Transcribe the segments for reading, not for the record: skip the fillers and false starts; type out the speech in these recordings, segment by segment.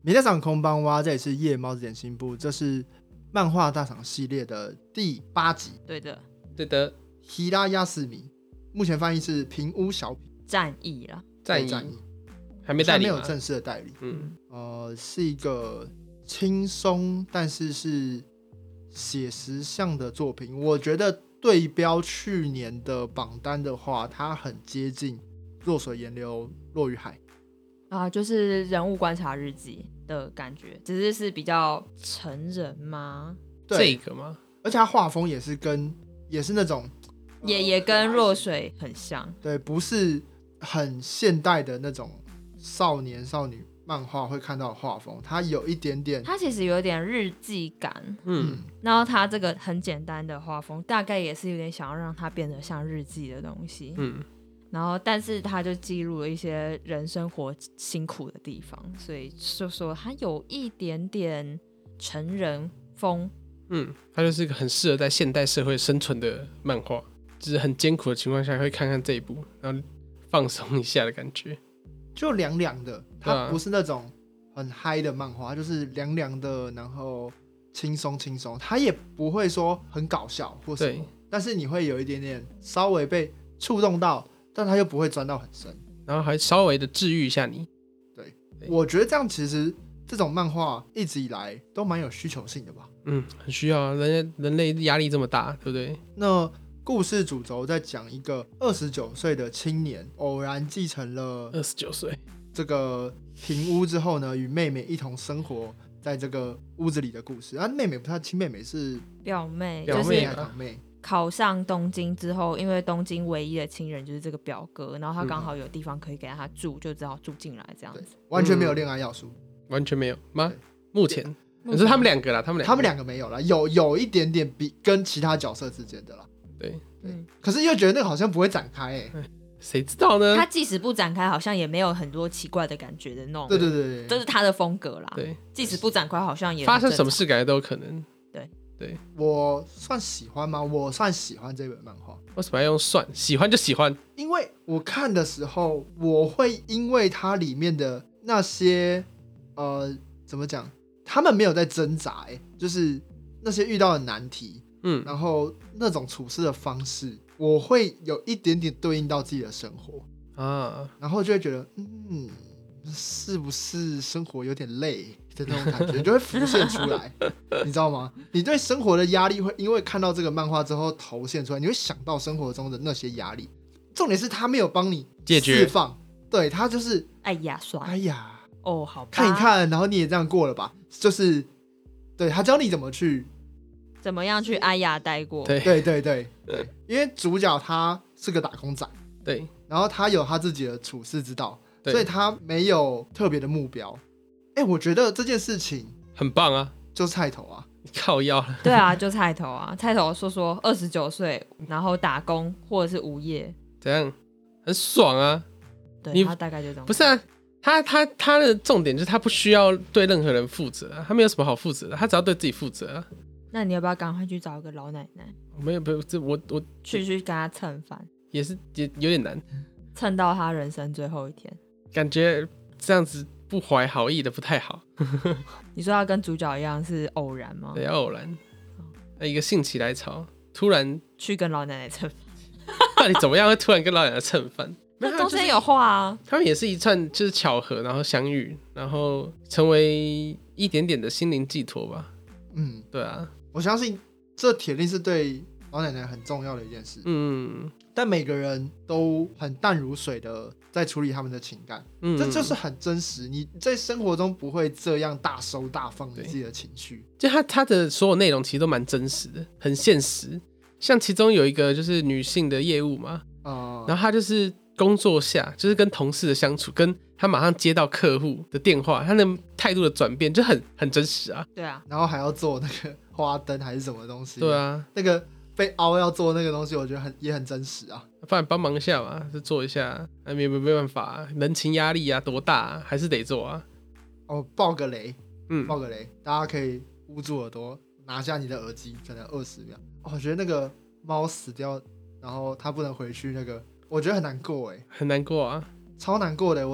米娜桑空邦哇，这里是夜猫子点心部，这是漫画大赏系列的第8集。 对的， 对的， 希拉亚斯米，目前翻译是平屋小品战役啦， 战役还没代理吗？ 没有正式的代理。是一个轻松但是写实向的作品。我觉得对标去年的榜单的话，它很接近《弱水岩流落于海》 啊，就是人物观察日记的感觉，只是比较成人吗？ 这个吗？ 而且它画风也是那种也跟弱水很像， 对，不是很现代的那种少年少女漫画会看到的画风，它有一点点， 它其实有点日记感，然后它这个很简单的画风，大概也是有点想要让它变得像日记的东西，然后但是它就记录了一些人生活辛苦的地方，所以就说它有一点点成人风， 它就是一个很适合在现代社会生存的漫画，就是很艰苦的情况下会看看这一部，然后放松一下的感觉， 就凉凉的，它不是那种很嗨的漫画，它就是凉凉的，然后轻松轻松，它也不会说很搞笑或什么，但是你会有一点点稍微被触动到，但它又不会钻到很深， 然后还稍微的治愈一下你。 对，我觉得这样其实这种漫画一直以来都蛮有需求性的吧。 很需要啊，人类压力这么大，对不对？ 那故事主轴在讲一个29岁的青年偶然继承了 29岁这个平屋之后呢，与妹妹一同生活在这个屋子里的故事。妹妹不是他亲妹妹，是表妹， 还是堂妹。 考上东京之后，因为东京唯一的亲人就是这个表哥，然后他刚好有地方可以给他住，就只好住进来这样子。 完全没有恋爱要素， 完全没有吗？目前可是他们两个啦，他们两个没有啦，有一点点比跟其他角色之间的啦。 对， 可是又觉得那个好像不会展开谁知道呢？ 他即使不展开，好像也没有很多奇怪的感觉的那种。 对， 这是他的风格啦。 对， 即使不展开，好像也发生什么事感觉都有可能。对， 我算喜欢吗？我算喜欢这本漫画。 为什么要用算？喜欢就喜欢。 因为我看的时候，我会因为它里面的那些怎么讲？他们没有在挣扎，就是那些遇到的难题，然后那种处事的方式，我会有一点点对应到自己的生活啊，然后就会觉得，是不是生活有点累的那种感觉，就会浮现出来，你知道吗？你对生活的压力会因为看到这个漫画之后投现出来，你会想到生活中的那些压力。重点是他没有帮你解决释放，对他就是哎呀算， 哎呀。 哦，好吧， 看一看，然后你也这样过了吧？就是对他教你怎么样去哎呀带过。 对，因为主角他是个打工仔， 对， 然后他有他自己的处世之道，所以他没有特别的目标。我觉得这件事情很棒啊， 就菜头啊， 靠腰。 对啊，就菜头啊，菜头说29岁，然后打工或者是无业， 怎样？很爽啊。 对，他大概就这种。 不是啊。他的重点就是他不需要对任何人负责他没有什么好负责的，他只要对自己负责那你要不要赶快去找一个老奶奶？ 没有，我去跟他蹭饭， 也有点难， 蹭到他人生最后一天， 感觉这样子不怀好意的不太好。 你说要跟主角一样是偶然吗？ 对，要偶然，一个兴起来潮，突然去跟老奶奶蹭饭， 到底怎么样会突然跟老奶奶蹭饭？ 那中间有画啊， 他们也是一串就是巧合，然后相遇，然后成为一点点的心灵寄托吧。对啊， 我相信这铁定是对老奶奶很重要的一件事。但每个人都很淡如水的在处理他们的情感，这就是很真实。你在生活中不会这样大收大放你自己的情绪， 就他的所有内容其实都蛮真实的，很现实。像其中有一个就是女性的业务嘛，然后她就是工作下就是跟同事的相处，跟他马上接到客户的电话，他的态度的转变就很真实啊。 对啊， 然后还要做那个花灯还是什么东西？ 对啊， 那个被凹要做那个东西，我觉得也很真实啊。 不然帮忙一下嘛，就做一下，没办法人情压力啊多大还是得做啊。 爆个雷，爆个雷，大家可以捂住耳朵，拿下你的耳机，可能20秒。我觉得那个猫死掉，然后他不能回去那个。我觉得很难过很难过啊， 超难过的。我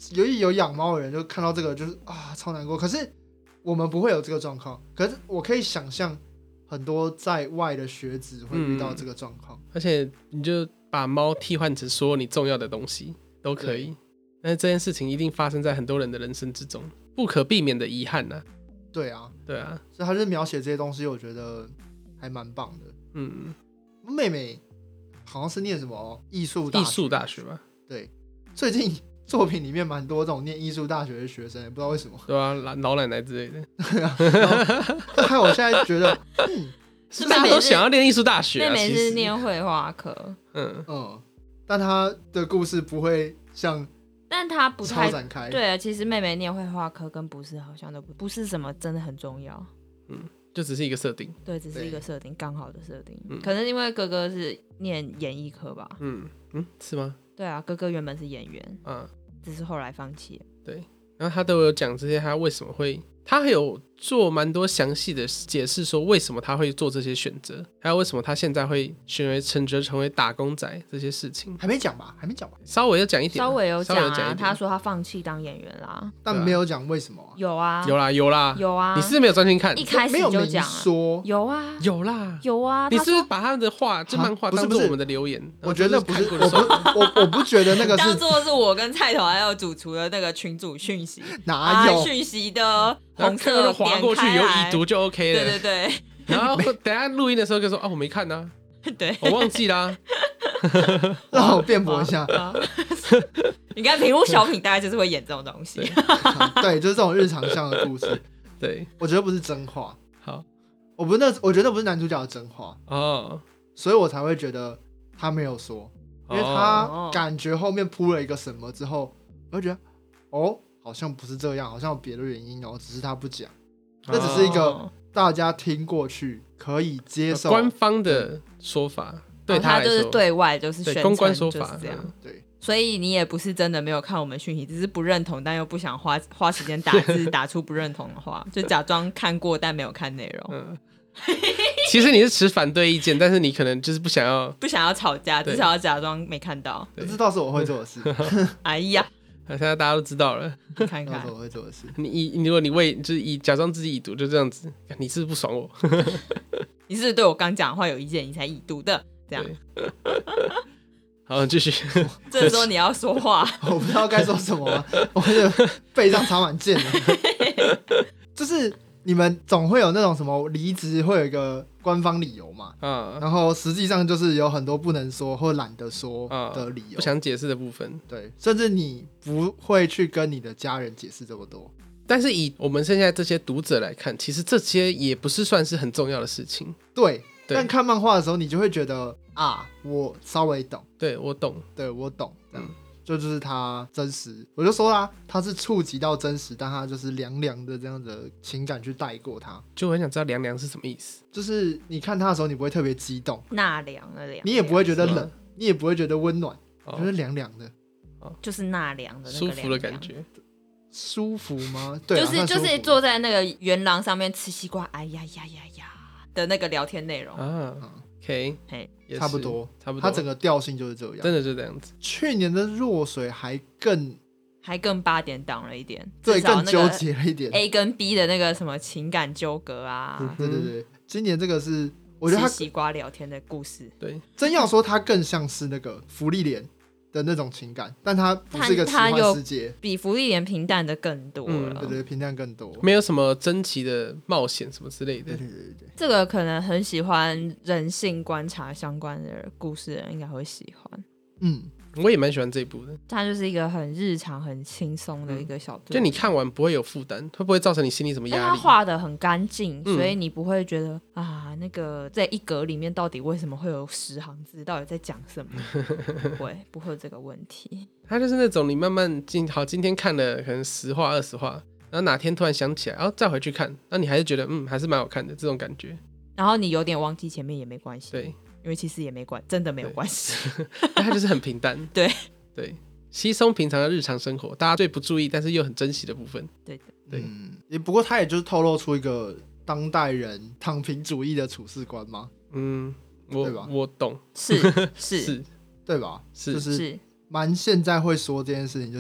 有养猫的人就看到这个就是超难过。可是我们不会有这个状况，可是我可以想象很多在外的学子会遇到这个状况， 而且你就把猫替换成所有你重要的东西都可以，但是这件事情一定发生在很多人的人生之中，不可避免的遗憾啊。 对啊， 所以他就是描写这些东西，我觉得还蛮棒的。妹妹好像是念什么艺术大学吧？对，最近作品里面蛮多这种念艺术大学的学生，也不知道为什么。 对啊，老奶奶之类的。 对啊，害我现在觉得， 是大家都想要念艺术大学。 妹妹是念绘画科， 但她的故事不会像。 但他不太展开， 对啊，其实妹妹念绘画科跟不是好像都不是什么真的很重要， 就只是一个设定， 对，只是一个设定，刚好的设定，可能因为哥哥是念演艺科吧， 是吗？ 对啊，哥哥原本是演员，只是后来放弃了， 对，然后他都有讲这些，他为什么会，他还有做蛮多详细的解释，说为什么他会做这些选择，还有为什么他现在会选择成为打工仔这些事情。 还没讲吧？ 稍微有讲一点， 稍微有讲啊。他说他放弃当演员啦， 但没有讲为什么。 有啊， 有啦。你是没有专心看， 一开始就讲说有啊， 有啊。 你是不是把他们的话就漫画当做我们的留言？ 我觉得不是，我不觉得那个是当做是我跟菜头还有主厨的那个群组讯息， 哪有讯息的红色滑过去有已读就 OK 了。 对。 然后等一下录音的时候就说我没看啊， 对， 我忘记啦。 让我辩驳一下。 你看平屋小品大概就是会演这种东西。 对，就是这种日常向的故事。 对， 我觉得不是真话。 好， 我觉得不是男主角的真话所以我才会觉得他没有说，因为他感觉后面铺了一个什么之后，我会觉得好像不是这样，好像有别的原因只是他不讲。那只是一个大家听过去可以接受官方的说法，对他来说就是对外就是宣称公关说法就是这样。 对， 所以你也不是真的没有看我们讯息，只是不认同，但又不想花时间打字打出不认同的话，就假装看过但没有看内容。 其实你是持反对意见，但是你可能就是不想要吵架， 只想要假装没看到。 这倒是我会做的事。 哎呀， 现在大家都知道了， 看看我会做的事。 如果你就是假装自己已读，就这样子，你是不是不爽我？ 你是不是对我刚讲的话有意见，你才已读的？这样。 好，继续。 这时候你要说话， 我不知道该说什么了，我的背上插满箭了。就是你们总会有那种什么离职会有一个官方理由嘛，然后实际上就是有很多不能说或懒得说的理由， 不想解释的部分。 对，甚至你不会去跟你的家人解释这么多。 但是以我们现在这些读者来看，其实这些也不是算是很重要的事情。 对，但看漫画的时候，你就会觉得我稍微懂。 对，我懂， 这样。就是他真实，我就说啦，他是触及到真实，但他就是凉凉的这样的情感去带过他。 就我很想知道凉凉是什么意思。 就是你看他的时候，你不会特别激动， 纳凉的凉， 你也不会觉得冷，你也不会觉得温暖，就是凉凉的， 就是纳凉的那个凉凉舒服的感觉。 舒服吗？对， 就是坐在那个圆廊上面吃西瓜，哎呀呀呀呀的那个聊天内容 OK， 差不多，它整个调性就是这样， 真的就这样子。 去年的弱水还更 8点档了一点， 对，更纠结了一点。 A 跟 B 的那个什么情感纠葛啊， 对，今年这个是我觉得他吃西瓜聊天的故事， 对， 真要说它更像是那个福利莲的那种情感，但它不是一个奇幻世界， 比福利莲平淡的更多了。 对，平淡更多， 没有什么珍奇的冒险什么之类的。 对， 这个可能很喜欢人性观察相关的故事的人应该会喜欢。 我也蛮喜欢这一部的。 它就是一个很日常、很轻松的一个小作就你看完不会有负担，会不会造成你心里什么压力？ 它画的很干净，所以你不会觉得那个在一格里面到底为什么会有10行字，到底在讲什么？不会有这个问题。 它就是那种你慢慢今天看了可能10话20话，然后哪天突然想起来，然后再回去看，那你还是觉得还是蛮好看的这种感觉。 然后你有点忘记前面也没关系。 对。 因为其实也真的没有关系， 它就是很平淡， 对， 稀松平常的日常生活，大家最不注意但是又很珍惜的部分， 对， 不过它也就是透露出一个当代人躺平主义的处事观吗？对吧？ 我懂， 是， 对吧？ 是， 就是蛮现在会说这件事情，就是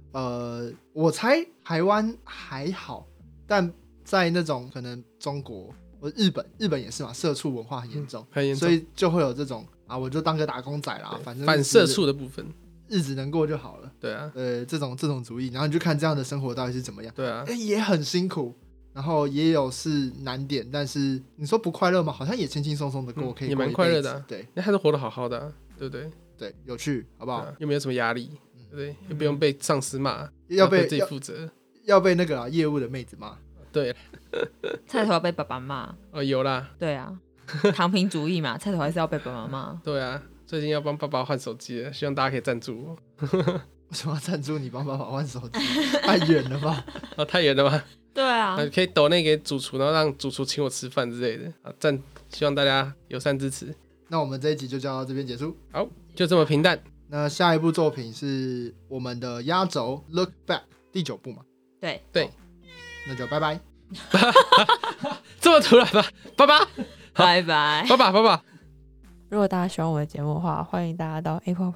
我猜台湾还好，但在那种可能中国或日本也是嘛，社畜文化很严重，所以就会有这种我就当个打工仔啦，反正反社畜的部分， 日子能过就好了。 对啊， 这种主义，然后你就看这样的生活到底是怎么样。 对啊， 也很辛苦，然后也有是难点，但是你说不快乐吗？好像也轻轻松松的过，可以也蛮快乐的。 对， 那还是活得好好的，对不对？ 对，有趣，好不好？ 又没有什么压力，对不对？又不用被上司骂， 要被自己负责， 要被那个业务的妹子骂。 对， 菜头要被爸爸骂。 有啦。 对啊，躺平主义嘛，菜头还是要被爸爸骂。 对啊，最近要帮爸爸换手机了，希望大家可以赞助我。 为什么要赞助你帮爸爸换手机？太远了吧？ 太远了吗？ 对啊， 可以抖内给主厨，然后让主厨请我吃饭之类的。希望大家友善支持。 那我们这一集就到这边结束。 好，就这么平淡。 那下一部作品是我们的压轴《Look Back》第9部嘛？ 对， 那就拜拜。 这么突然吧，拜拜， 拜拜， 拜拜。 如果大家喜欢我的节目的话，欢迎大家到 Apple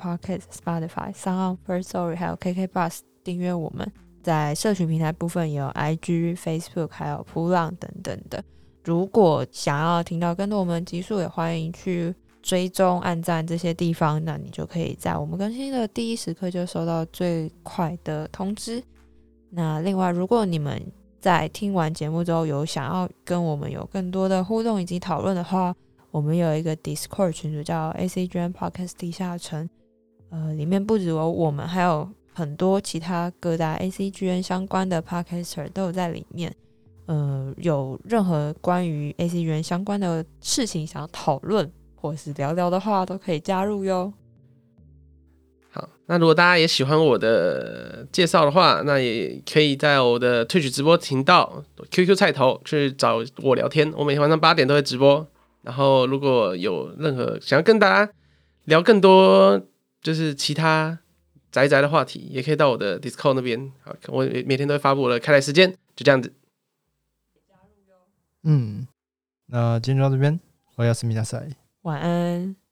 Podcast、Spotify、SoundOn、Firstory 还有 KKBOX 订阅我们。在社群平台部分也有 IG、Facebook 还有噗浪等等的。如果想要听到更多我们的集数，也欢迎去追踪、按赞这些地方，那你就可以在我们更新的第一时刻就收到最快的通知。那另外，如果你们在听完节目之后有想要跟我们有更多的互动以及讨论的话，我们有一个 Discord 群组叫 ACGN Podcast 地下城，里面不只有我们，还有很多其他各大 ACGN 相关的 Podcaster 都有在里面。有任何关于 ACGN 相关的事情想要讨论或是聊聊的话，都可以加入哟。 好，那如果大家也喜欢我的介绍的话，那也可以在我的 Twitch 直播频道 QQ 菜头去找我聊天，我每天晚上8点都会直播。然后如果有任何想要跟大家聊更多就是其他宅的话题，也可以到我的 Discord 那边。好，我每天都会发布我的开台时间，就这样子。 那今天就到这边，我要思密达赛， 晚安。